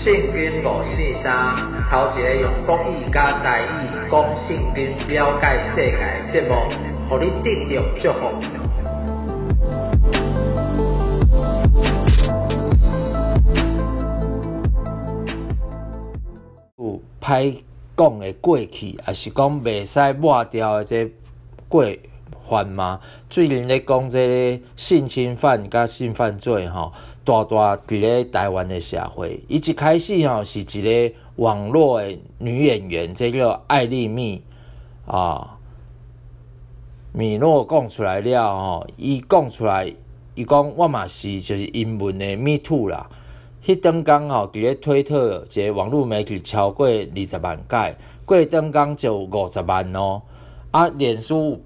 圣经543，头一个用国语加台语讲圣经了解世界节目，互你得到祝福。 有歹讲的过去，也是讲袂使抹掉的这过犯嘛。最近咧讲这个性侵犯甲性犯罪大伫咧台湾的社会。伊一开始是一个网络的女演员，这叫艾莉蜜米诺讲出来了伊讲出来，伊讲我嘛是就是英文的 Me Too 啦。迄当天伫咧推特一个网络媒体超过20万改，过当天就有50万脸书有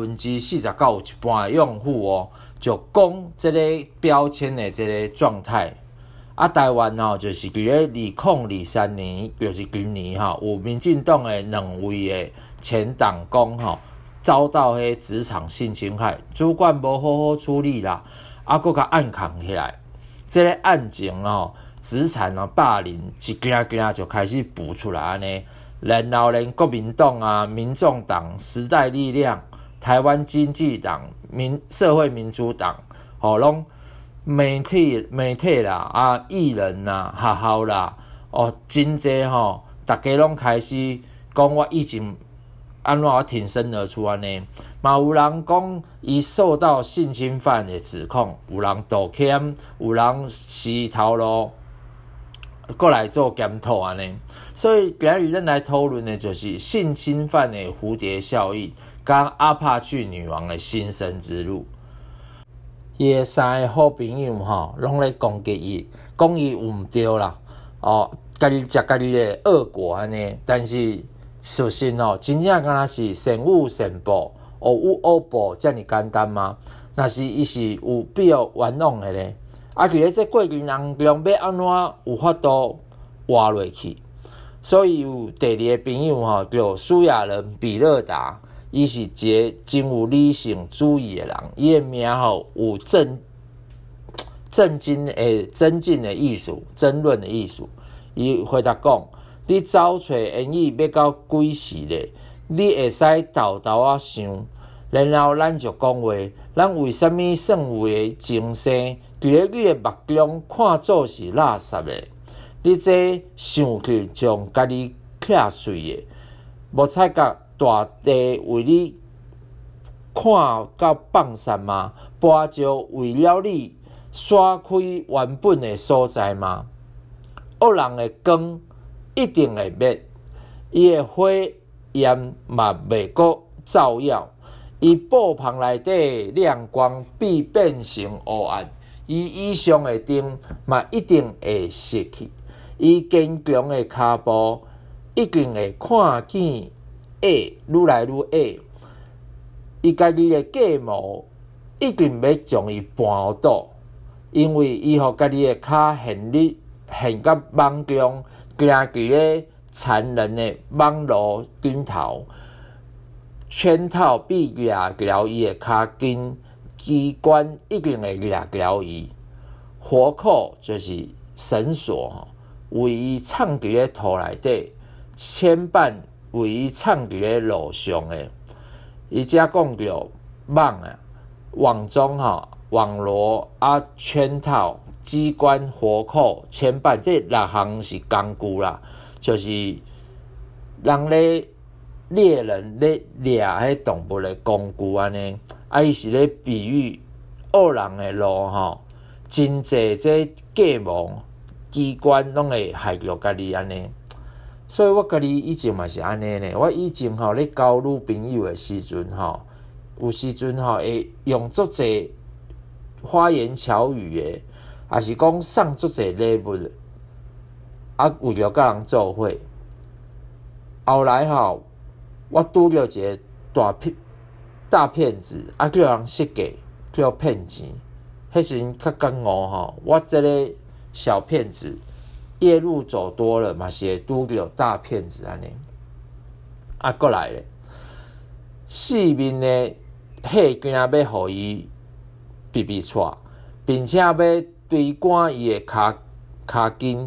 49%有一半的用户就讲这个标签的这个状态。台湾就是伫咧2023年，就是今年有民进党的2位的前党工遭到迄职场性侵害，主管无好好处理啦，佫甲暗扛起来。这个案情职场霸凌一件件就开始浮出来安尼，然后连国民党民众党、时代力量、台湾经济党、社会民主党拢媒体啦艺人啦学校啦真济大家拢开始讲我以前安怎挺身而出安尼，嘛有人讲伊受到性侵犯的指控，有人道歉，有人洗头路，过来做检讨安尼。所以今日咱来讨论的就是性侵犯的蝴蝶效应，甲阿帕契女王的新生之路。伊的3个好朋友拢咧攻击伊，讲伊有毋对啦，家己食家己的恶果安尼，但是事实真正敢若是善有善报，恶有恶报遮尔简单吗？若是伊是有必要冤枉的咧，伫咧这过程当中要安怎有法度活落去？所以有第2个朋友叫苏亚人比勒达，伊是一个真有理性主义的人，伊的名有增进的意思，争论的意思。伊回答讲：你找找演艺要到几时咧？你会使豆豆想，然後咱就講話，咱為什麼算為精生，伫咧你的目中看做是垃圾的？你這想去將家己拆碎的，無彩甲大地為你看到放散嗎？芭蕉為了你刷開原本的所在嗎？惡人的光一定會滅，伊的火焰嘛袂閣照耀，伊布棚內底亮光必變成黑暗，伊以上的燈嘛一定會熄去，伊堅強的腳步一定會看見愈來愈矮，伊家己的計謀一定要將伊絆倒，因為伊予家己的腳陷到網中，行佇咧殘忍的網絡頂頭，圈套必掠了伊的腳筋，機關一定會掠了伊。活口就是繩索，為伊藏佇咧土內底，牽絆為伊藏佇咧路上的。伊遮講到網中網羅圈套、機關、活口、牽絆，這6項是工具啦，就是人咧獵人咧掠迄動物的工具安尼。伊是咧比喻惡人的路真濟這計謀機關攏會害着家己安尼。所以我家己以前嘛是安尼呢，我以前咧交女朋友的時陣有時陣會用足濟花言巧語的，也是講送足濟禮物為了甲人做伙。後來我拄着一個大騙子叫人設計，叫騙錢。迄時陣較感悟我這個小騙子夜路走多了嘛是會拄着大騙子安尼。過來咧，四面的火鏡要互伊避避掣，並且要對趕伊的腳筋，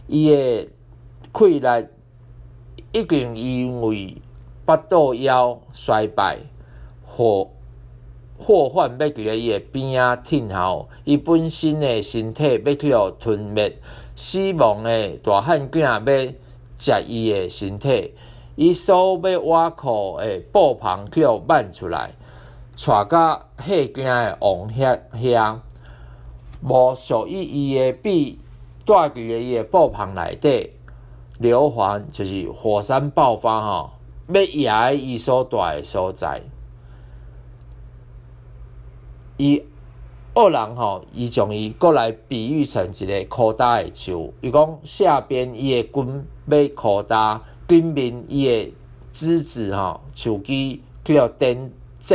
伊的气力已经因为腹肚枵衰败，祸患要伫咧伊的边仔挺后，伊本身的身体要去互吞灭，死亡的大汉囝要食伊的身体，伊所要挖苦的布棚去互挽出来，带到吓惊的王遐，无属于伊的笔带伫咧伊的布棚内底，硫磺就是火山爆发要压伊所住的所在。伊恶人伊将伊过来比喻成一个枯焦的树，伊讲下边伊的根要枯焦，顶面伊的枝子树枝去互点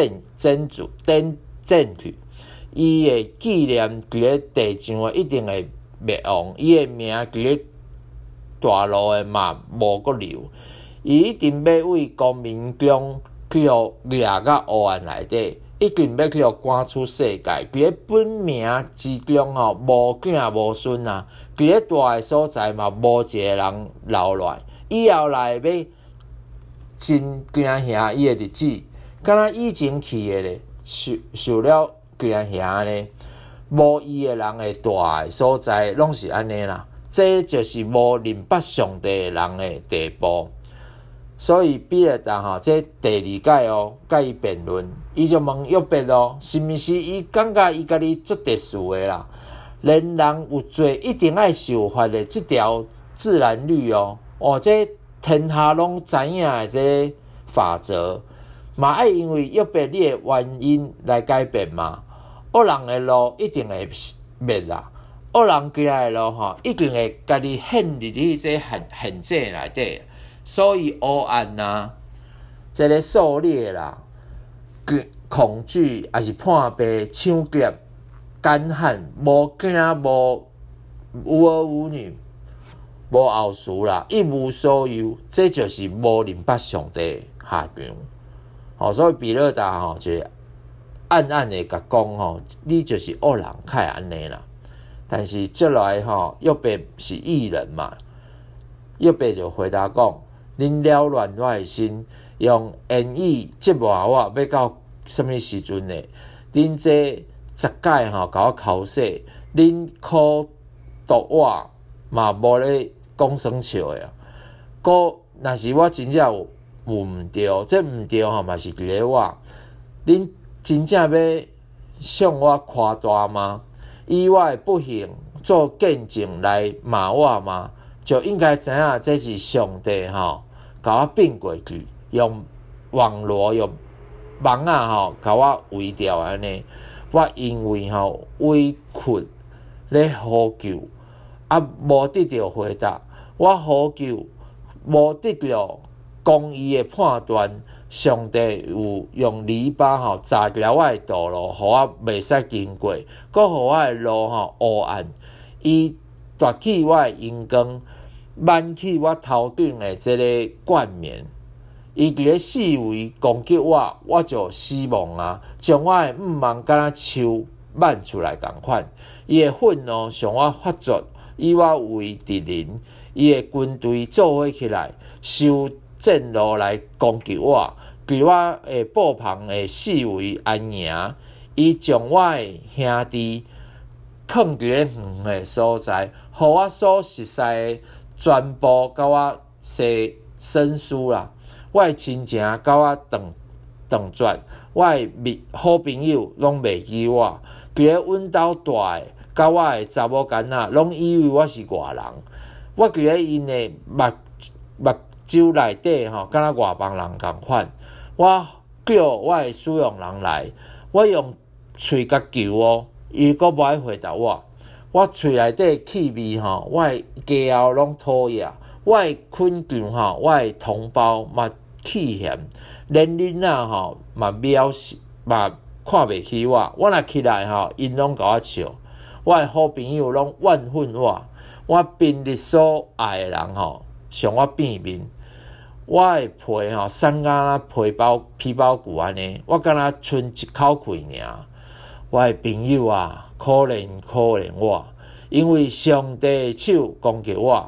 去，伊的纪念伫咧地上一定会灭亡，伊的名伫咧大陆的嘛无阁留，伊一定要为光明中去互掠到黑暗内底。一定要去互赶出世界，伫咧本名之中无囝无孙啊，伫咧住的所在嘛无一个人留来，以后来要真惊吓伊的日子，敢若以前去的咧，受了惊吓呢，无伊的人会住的所在拢是安尼啦，这就是无认捌上帝的人的地步。所以比勒达这第二届甲伊辩论，伊就问约伯是毋是伊感觉伊家己足特殊的啦？连人有罪一定爱受罚的这条自然律这天下拢知影的这法则，嘛爱因为约伯你的原因来改变嘛？恶人的路一定会灭啦，恶人行的路一定会家己陷入去这陷阱内底。所以黑暗啊，这个狩猎啦、恐惧，还是破病、抢劫、干旱、无囝无有儿无女、无后嗣啦，一无所有，这就是无认捌上帝下场。所以比勒达就暗暗的甲讲你就是恶人，较会安尼啦。但是接来约伯是义人嘛，约伯就回答讲。恁扰乱我的心，用言语折磨我，要到什么时阵呢？恁这十届甲我口说，恁苦毒我嘛无咧讲算笑的。若是我真正有毋对，这毋对嘛是伫咧我。恁真正要向我夸大吗？以我的不幸做见证来骂我吗？就应该知影这是上帝甲我变过去，用网罗用网甲我围掉安尼。我因为委屈咧呼救，无得到回答。我呼救无得到公义的判断，上帝有用篱笆扎了我的道路，互我袂使经过，搁互我的路黑暗。伊夺去我的阳光，挽去我头顶的这个冠冕。伊伫咧四围攻击我，我就死亡啊！将我的五芒敢若树挽出来共款。伊的愤怒向我发作，以我为敌人。伊的军队做伙起来，修正路来攻击我，伫我的布棚的四围安营。伊将我的兄弟藏伫咧远的所在，互我所熟悉的全部甲我生疏啦。我的亲情甲我断绝，我的好朋友拢袂记我，伫咧阮兜住的甲我的查某囡仔拢以为我是外人。我伫咧因的目睭内底敢若外邦人共款。我叫我的使用人来，我用喙甲求伊阁无爱回答我。我喙内底气味我的家后拢讨厌。我的困境我的同胞嘛气嫌，连囡仔嘛藐视，嘛看袂起我。我若起来因拢甲我笑。我的好朋友拢怨恨我。我平日所爱的人向我变面。我的皮散甲皮包骨安尼，我敢若剩一口气尔。我的朋友可怜可怜我，因为上帝的手攻击我。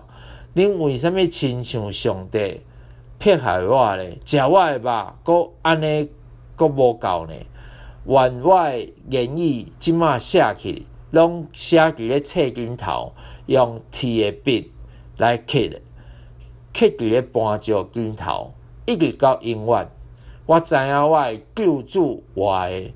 恁为什么亲像上帝迫害我咧？食我的肉，搁安尼搁无够呢？愿我的言语即马写起，拢写伫咧册顶头，用铁的笔来刻伫咧搬石顶头，一直到永远。我知影我的救主活的，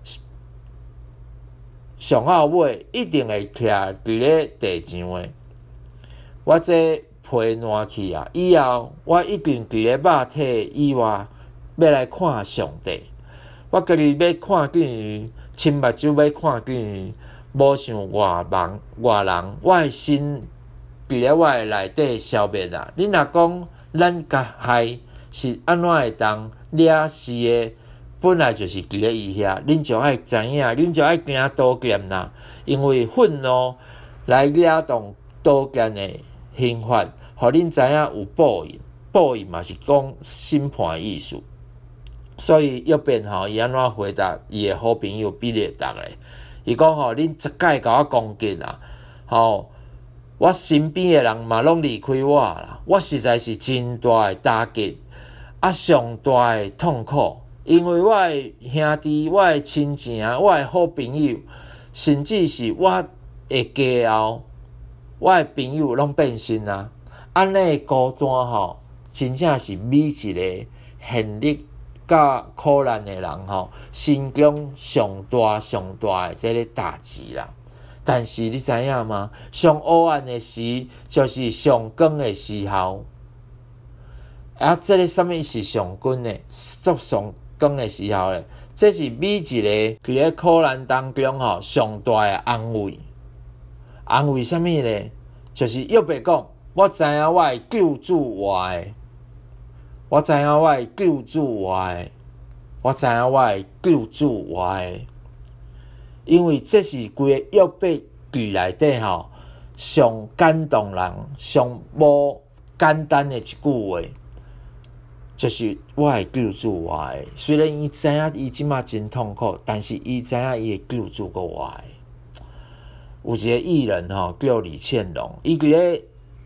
上后尾一定会徛伫咧地上的。我这皮烂去啊，以后我一定伫咧肉体以外要来看上帝。我家己要看见伊，亲目睭要看见伊，无像外人，我的心伫咧我的内底消灭啊！你若讲咱甲害是安怎会当掠是的，本来就是伫咧伊遐，恁就爱知影，恁就爱行刀剑啦，因为愤怒来掠动刀剑的刑罚，互恁知影有报应，报应嘛是讲审判的意思。所以约伯伊安怎回答伊的好朋友比列达咧？伊讲恁10摆甲我攻击啦，我身边的人嘛拢离开我啦，我实在是真大的打击，上大的痛苦，因为我的兄弟、我的亲情、我的好朋友，甚至是我的家后，我的朋友拢变心啦，安尼的孤单真正是每一个现实甲苦难的人心中上大的这个打击啦。但是你知影吗？上黑暗的时就是上光的时候。这个什么是上光呢？上光的时候咧，这是每一个伫咧苦难当中上大的安慰。安慰什么咧？就是约伯讲，我知影我的救主活的，我知影我的救主活的，我知影我的救主活的。因为这是规个约伯记内底上感动人、上无简单的一句话，就是我的救主活的。虽然伊知影伊即马真痛苦，但是伊知影伊的救主个活的。有一个艺人叫李倩龙，伊伫咧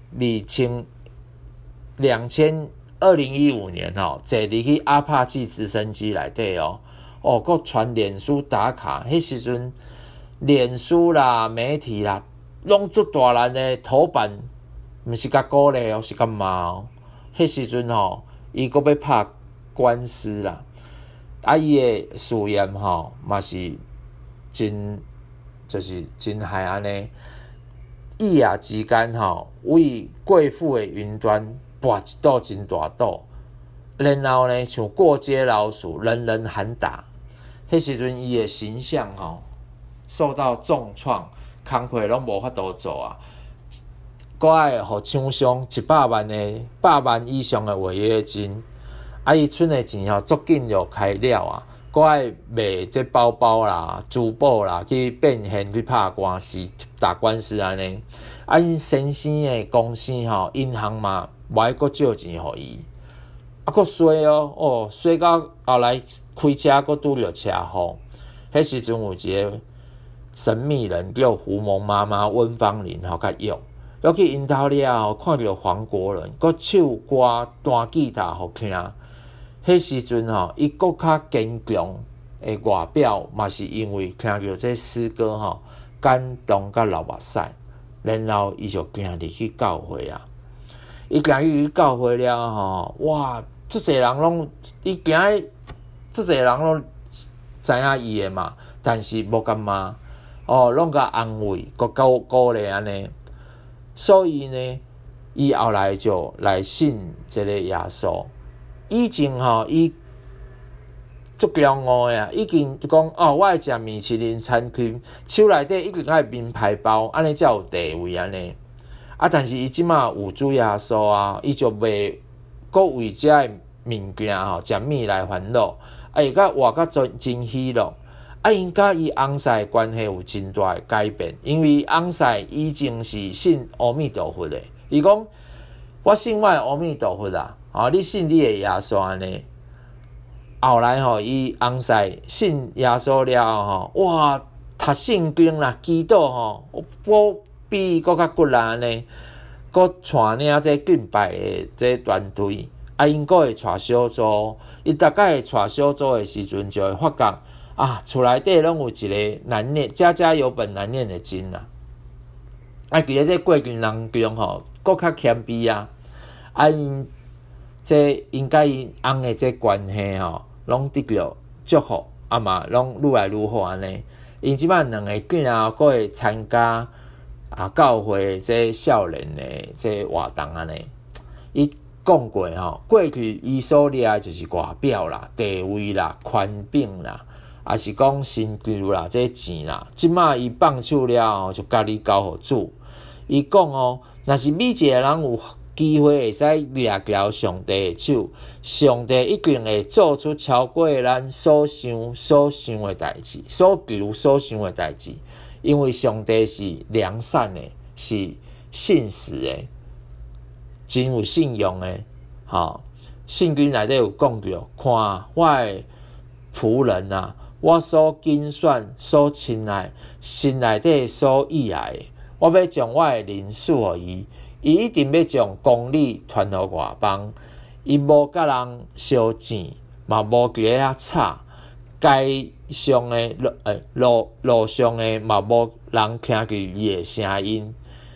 2015年坐入去阿帕奇直升机内底搁传脸书打卡，迄时阵脸书啦、媒体啦，拢足大人的头版，毋是甲鼓励是甲骂迄时阵伊搁要拍官司啦，伊的事业嘛是就是真害安尼，一夜之间为贵妇的云端跋一道真大岛，然后呢像过街老鼠，人人喊打。迄时阵伊的形象受到重创，工课拢无法度做啊，搁爱互厂商100万以上的违约金，伊剩的钱足紧就开了啊，搁爱卖这包包啦、珠宝啦去变现去打官司安尼，因先生的公司银行嘛无爱搁借钱互伊。搁衰衰到后来开车搁拄着车祸，迄时阵有一个神秘人叫胡蒙妈妈温芳玲甲约去因兜了看到黄国伦搁唱歌弹吉他互听，迄时阵伊搁较坚强的外表嘛是因为听到这诗歌感动甲流目屎，然后伊就行入去教会啊。伊行入去教会了哇！足侪人拢知影伊的嘛，但是无甲骂拢甲安慰，搁鼓励安尼。所以呢，伊后来就来信这个耶稣。以前伊足骄傲的啊，已经就讲我爱食米其林餐厅，手内底一定爱名牌包，安尼才有地位安尼。但是伊即马有主耶稣啊，伊就袂搁为遮的物件食物来烦恼，会甲活甲真喜乐。因甲伊翁婿的关系有真大的改变，因为翁婿以前是信阿弥陀佛的，伊讲我信我的阿弥陀佛啊，你信你的耶稣安尼。后来伊翁婿信耶稣了哇，读圣经啦、祈祷比伊搁较骨力安尼。 佫带领这敬拜的这团队，因佫会带小组，伊大概会带小组的时阵，就会发觉厝内底拢有一个难念，家家有本难念的经啦。其实这过程当中吼，佫较谦卑因甲因翁的这关系吼，拢得到祝福，嘛拢愈来愈好安尼。因即摆两个囝佫会参加教会这少年的这活动安尼。伊讲过吼，过去伊所掠就是外表啦、地位啦、权柄啦，也是讲成就啦、这钱啦。即摆伊放手了后，就家己交互主。伊讲若是每一个人有机会会使掠牢上帝的手，上帝一定会做出超过咱所想的代志，所求所想的代志。因为上帝是良善的，是信实的，真有信用的。圣经内底有讲到，看我的仆人我所拣选、所亲爱，心内底所喜爱的，我要将我的灵赐予伊，伊一定要将公理传予外邦。伊无甲人相争，嘛无伫咧遐吵。街上的路上的嘛无人听见伊的声音。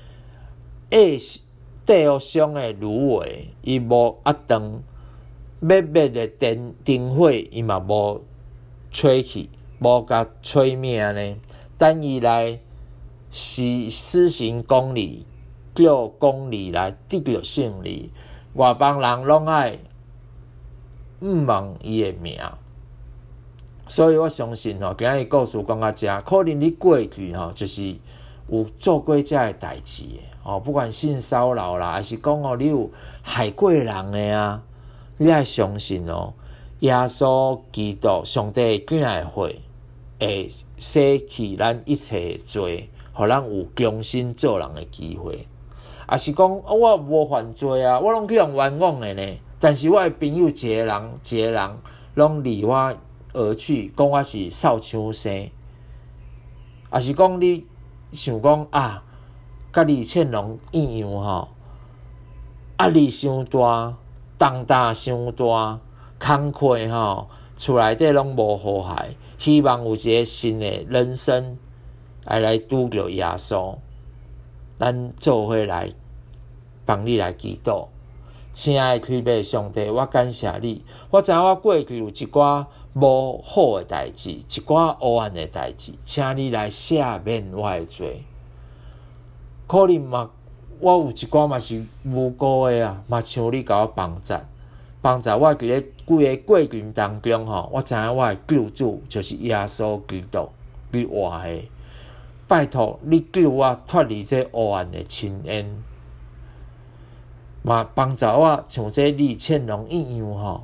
地狱上的芦苇，伊无压断；灭的灯火，伊嘛无吹去，无甲吹灭安尼。等伊来施行公理，叫公理来得到胜利。外邦人拢爱问伊的名。所以我相信今日故事讲到这，可能你过去就是有做过这的代志的不管性骚扰啦，还是讲你有害过人的你要相信耶稣基督上帝的囝的血会洗去咱一切的罪，互咱有重新做人的机会。也是讲我无犯罪我拢去用冤枉的呢，但是我的朋友一个人拢离我而去，讲我是扫帚星。也是讲你想讲甲李倩龙一样压力伤大，重担伤大，工课厝内底拢无和谐，希望有一个新的人生来拄着耶稣，咱做伙来帮你来祈祷。亲爱的天父上帝，我感谢你，我知影我过去有一寡无好的代志，一寡黑暗的代志，请你来赦免我的罪。可能我有一寡嘛是无辜的嘛像你甲我帮助我伫咧几个过程当中我知影我的救主就是耶稣基督，你活的。拜托你救我脱离这黑暗的深渊，嘛帮助我像这李倩龙一样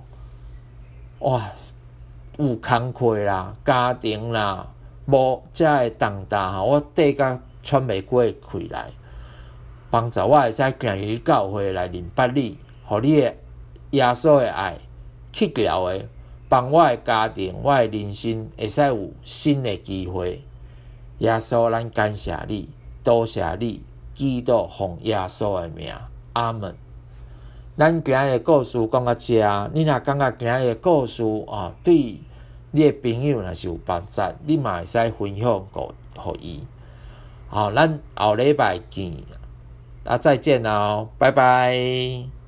有工课啦、家庭啦，无遮的重担我缀甲喘袂过气来。帮助我会使行入教会来认捌你，互你的耶稣的爱去掉的，帮我的家庭、我的人生会使有新的机会。耶稣，咱感谢你，多谢你，基督奉耶稣的名，阿门。咱今日的故事讲到这，你若感觉今日的故事对你的朋友若是有帮助，你嘛会使分享互伊。咱后礼拜见。再见拜拜。